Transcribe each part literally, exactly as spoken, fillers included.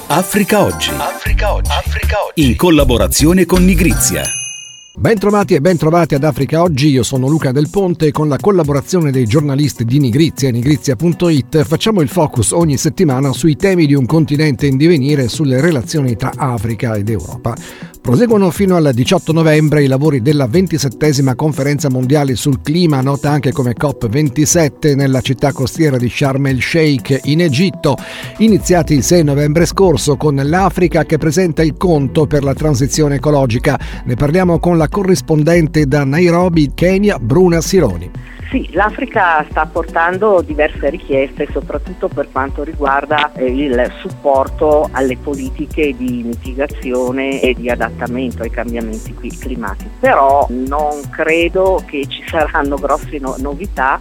Africa Oggi. Africa Oggi. Africa Oggi. In collaborazione con Nigrizia. Bentrovati e bentrovati ad Africa Oggi, io sono Luca Del Ponte e con la collaborazione dei giornalisti di Nigrizia e nigrizia punto it facciamo il focus ogni settimana sui temi di un continente in divenire e sulle relazioni tra Africa ed Europa. Proseguono fino al diciotto novembre i lavori della ventisettesima conferenza mondiale sul clima, nota anche come COP ventisette, nella città costiera di Sharm el Sheikh in Egitto, iniziati il sei novembre scorso con l'Africa che presenta il conto per la transizione ecologica. Ne parliamo con la corrispondente da Nairobi, Kenya, Bruna Sironi. Sì, l'Africa sta portando diverse richieste, soprattutto per quanto riguarda eh, il supporto alle politiche di mitigazione e di adattamento ai cambiamenti climatici. Però non credo che ci saranno grosse no- novità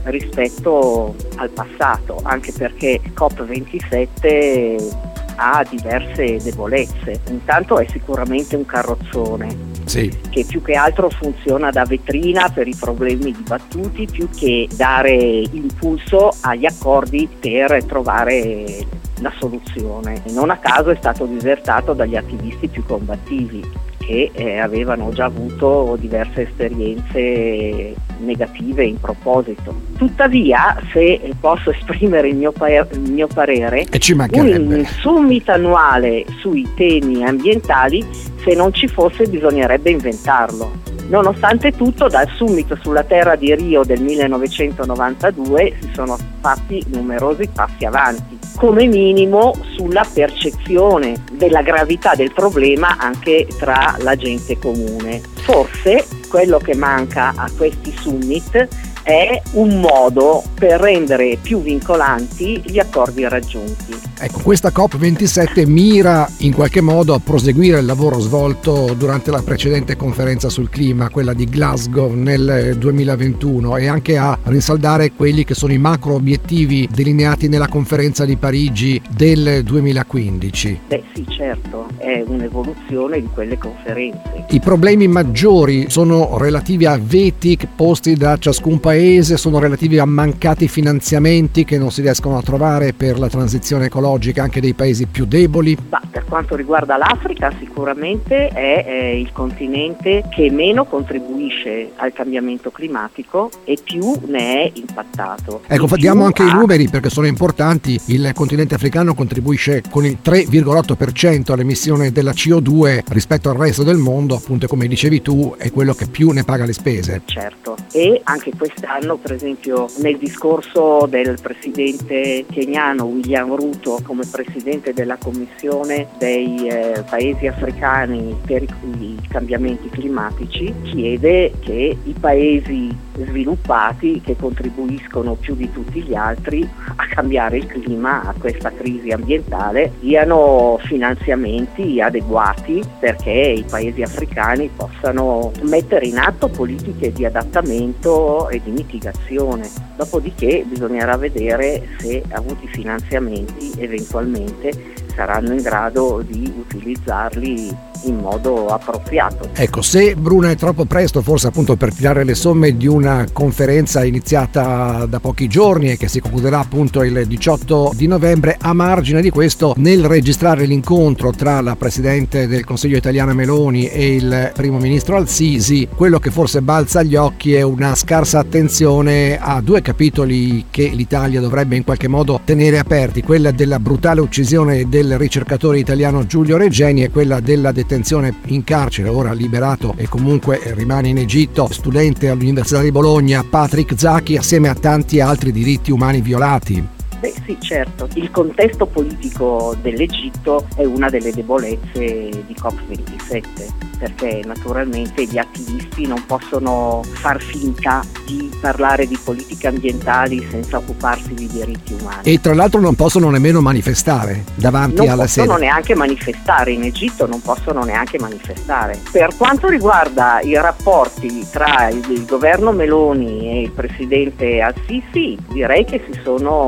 rispetto al passato, anche perché COP ventisette ha diverse debolezze. Intanto è sicuramente un carrozzone. Sì. Che più che altro funziona da vetrina per i problemi dibattuti, più che dare impulso agli accordi per trovare la soluzione. E non a caso è stato disertato dagli attivisti più combattivi, che eh, avevano già avuto diverse esperienze negative in proposito. Tuttavia, se posso esprimere il mio, pa- il mio parere, e ci mancherebbe. Un summit annuale sui temi ambientali, se non ci fosse bisognerebbe inventarlo. Nonostante tutto, dal summit sulla terra di Rio del millenovecentonovantadue si sono fatti numerosi passi avanti, come minimo sulla percezione della gravità del problema anche tra la gente comune. Forse quello che manca a questi summit è un modo per rendere più vincolanti gli accordi raggiunti. Ecco, questa COP ventisette mira in qualche modo a proseguire il lavoro svolto durante la precedente conferenza sul clima, quella di Glasgow nel duemilaventuno, e anche a rinsaldare quelli che sono i macro obiettivi delineati nella conferenza di Parigi del duemilaquindici. Beh sì, certo, è un'evoluzione di quelle conferenze. I problemi maggiori sono relativi a veti posti da ciascun paese, sono relativi a mancati finanziamenti che non si riescono a trovare per la transizione ecologica anche dei paesi più deboli? Bah, per quanto riguarda l'Africa, sicuramente è, è il continente che meno contribuisce al cambiamento climatico e più ne è impattato. Ecco, diamo anche ha... i numeri perché sono importanti. Il continente africano contribuisce con il tre virgola otto per cento all'emissione della C O due rispetto al resto del mondo, appunto come dicevi tu, è quello che più ne paga le spese. Certo, e anche quest'anno, per esempio, nel discorso del presidente keniano William Ruto come presidente della commissione dei eh, paesi africani per i, i cambiamenti climatici, chiede che i paesi sviluppati, che contribuiscono più di tutti gli altri a cambiare il clima, a questa crisi ambientale, diano finanziamenti adeguati perché i paesi africani possano mettere in atto politiche di adattamento e di mitigazione. Dopodiché bisognerà vedere se avuti finanziamenti eventualmente saranno in grado di utilizzarli in modo appropriato. Ecco, se Bruna è troppo presto forse appunto per tirare le somme di una conferenza iniziata da pochi giorni e che si concluderà appunto il diciotto di novembre, a margine di questo, nel registrare l'incontro tra la Presidente del Consiglio italiana Meloni e il Primo Ministro Al-Sisi, quello che forse balza agli occhi è una scarsa attenzione a due capitoli che l'Italia dovrebbe in qualche modo tenere aperti, quella della brutale uccisione del ricercatore italiano Giulio Regeni e quella della detenzione in carcere, ora liberato e comunque rimane in Egitto, studente all'Università di Bologna, Patrick Zaki, assieme a tanti altri diritti umani violati. Beh sì, certo. Il contesto politico dell'Egitto è una delle debolezze di COP ventisette, perché naturalmente gli attivisti non possono far finta di parlare di politiche ambientali senza occuparsi di diritti umani. E tra l'altro non possono nemmeno manifestare davanti non alla sede. Non possono neanche manifestare, in Egitto non possono neanche manifestare. Per quanto riguarda i rapporti tra il, il governo Meloni e il presidente Al-Sisi, direi che si sono in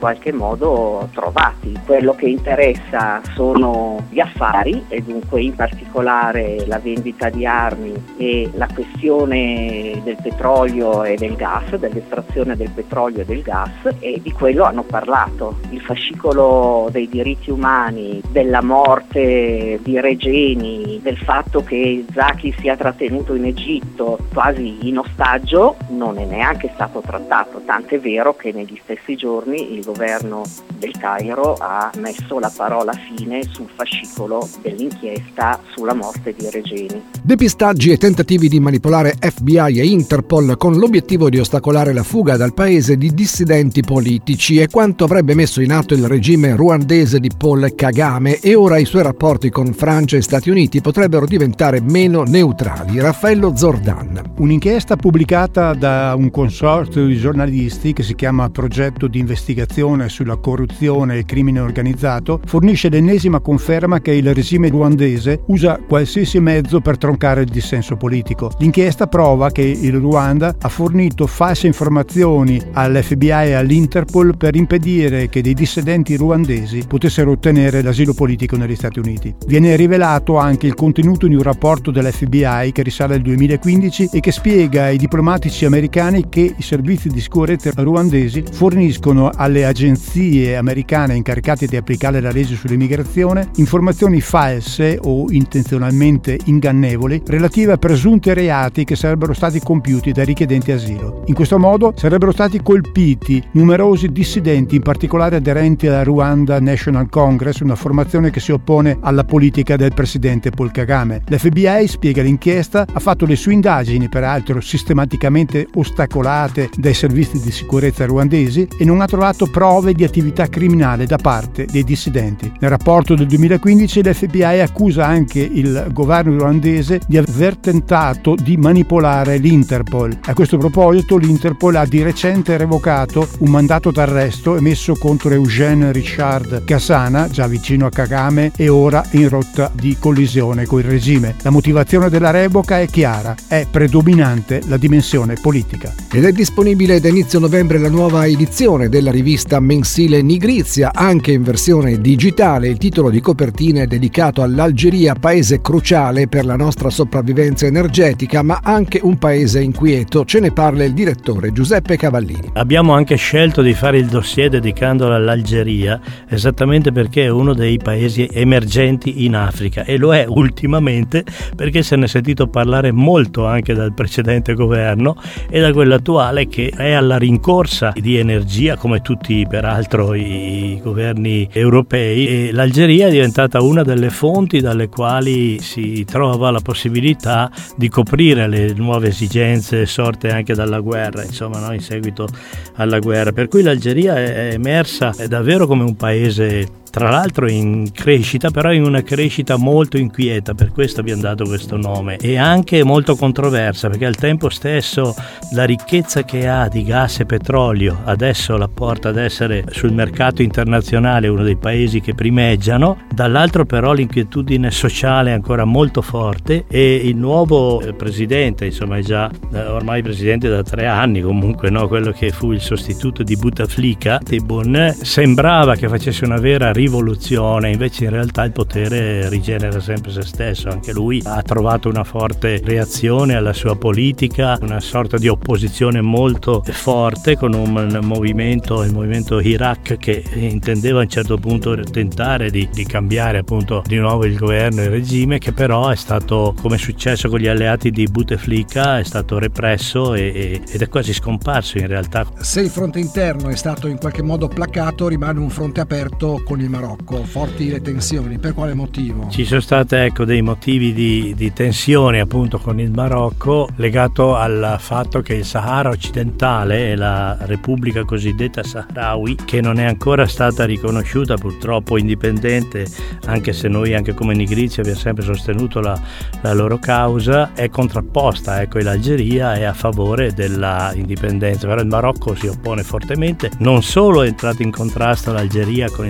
qualche modo trovati. Quello che interessa sono gli affari e dunque in particolare la vendita di armi e la questione del petrolio e del gas, dell'estrazione del petrolio e del gas, e di quello hanno parlato. Il fascicolo dei diritti umani, della morte di Regeni, del fatto che Zaki sia trattenuto in Egitto quasi in ostaggio non è neanche stato trattato, tant'è vero che negli stessi giorni il governo del Cairo ha messo la parola fine sul fascicolo dell'inchiesta sulla morte di Regeni. Depistaggi e tentativi di manipolare F B I e Interpol con l'obiettivo di ostacolare la fuga dal paese di dissidenti politici è quanto avrebbe messo in atto il regime ruandese di Paul Kagame, e ora i suoi rapporti con Francia e Stati Uniti potrebbero diventare meno neutrali. Raffaello Zordan. Un'inchiesta pubblicata da un consorzio di giornalisti che si chiama Progetto di investigazione sulla corruzione e il crimine organizzato fornisce l'ennesima conferma che il regime ruandese usa qualsiasi mezzo per troncare il dissenso politico. L'inchiesta prova che il Ruanda ha fornito false informazioni all'F B I e all'Interpol per impedire che dei dissidenti ruandesi potessero ottenere l'asilo politico negli Stati Uniti. Viene rivelato anche il contenuto di un rapporto dell'F B I che risale al duemilaquindici e che spiega ai diplomatici americani che i servizi di sicurezza ruandesi forniscono alle agenzie americane incaricate di applicare la legge sull'immigrazione informazioni false o intenzionalmente ingannevoli relative a presunti reati che sarebbero stati compiuti dai richiedenti asilo. In questo modo sarebbero stati colpiti numerosi dissidenti, in particolare aderenti alla Rwanda National Congress, una formazione che si oppone alla politica del presidente Paul Kagame. L'F B I, spiega l'inchiesta, ha fatto le sue indagini, peraltro sistematicamente ostacolate dai servizi di sicurezza ruandesi, e non ha trovato prove di attività criminale da parte dei dissidenti. Nel rapporto del duemilaquindici l'F B I accusa anche il governo ruandese di aver tentato di manipolare l'Interpol. A questo proposito l'Interpol ha di recente revocato un mandato d'arresto emesso contro Eugène Richard Kassana, già vicino a Kagame e ora in rotta di collisione con il regime. La motivazione della revoca è chiara, è predominante la dimensione politica. Ed è disponibile da inizio novembre la nuova edizione della rivista mensile Nigrizia, anche in versione digitale. Il titolo di copertina è dedicato all'Algeria, paese cruciale per la nostra sopravvivenza energetica, ma anche un paese inquieto. Ce ne parla il direttore Giuseppe Cavallini. Abbiamo anche scelto di fare il dossier dedicandolo all'Algeria esattamente perché è uno dei paesi emergenti in Africa, e lo è ultimamente perché se ne è sentito parlare molto anche dal precedente governo e da quello attuale, che è alla rincorsa di energia come tutti peraltro i governi europei, e l'Algeria è diventata una delle fonti dalle quali si trova la possibilità di coprire le nuove esigenze sorte anche dalla guerra, insomma, no? In seguito alla guerra, per cui l'Algeria è emersa è davvero come un paese tra l'altro in crescita, però in una crescita molto inquieta, per questo abbiamo dato questo nome, e anche molto controversa, perché al tempo stesso la ricchezza che ha di gas e petrolio adesso la porta ad essere sul mercato internazionale uno dei paesi che primeggiano, dall'altro però l'inquietudine sociale è ancora molto forte, e il nuovo presidente, insomma è già ormai presidente da tre anni comunque, no? Quello che fu il sostituto di Bouteflika, Tebboune, sembrava che facesse una vera rivoluzione, invece in realtà il potere rigenera sempre se stesso. Anche lui ha trovato una forte reazione alla sua politica, una sorta di opposizione molto forte con un movimento, il movimento Hirak, che intendeva a un certo punto tentare di, di cambiare appunto di nuovo il governo e il regime, che però è stato, come è successo con gli alleati di Bouteflika, è stato represso e, e, ed è quasi scomparso in realtà. Se il fronte interno è stato in qualche modo placato, rimane un fronte aperto con il Marocco, forti le tensioni. Per quale motivo? Ci sono state ecco dei motivi di, di tensione appunto con il Marocco, legato al fatto che il Sahara occidentale e la Repubblica cosiddetta Sahrawi, che non è ancora stata riconosciuta purtroppo indipendente, anche se noi anche come Nigrizia abbiamo sempre sostenuto la, la loro causa, è contrapposta ecco e l'Algeria è a favore della indipendenza, però il Marocco si oppone fortemente. Non solo è entrato in contrasto l'Algeria con il Marocco,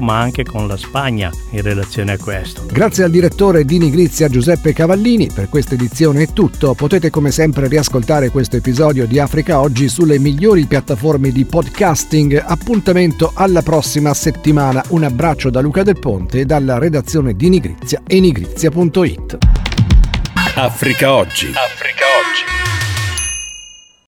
ma anche con la Spagna in relazione a questo. Grazie al direttore di Nigrizia Giuseppe Cavallini. Per questa edizione è tutto. Potete come sempre riascoltare questo episodio di Africa Oggi sulle migliori piattaforme di podcasting. Appuntamento alla prossima settimana. Un abbraccio da Luca Del Ponte e dalla redazione di Nigrizia e nigrizia punto it. Africa Oggi. Africa Oggi.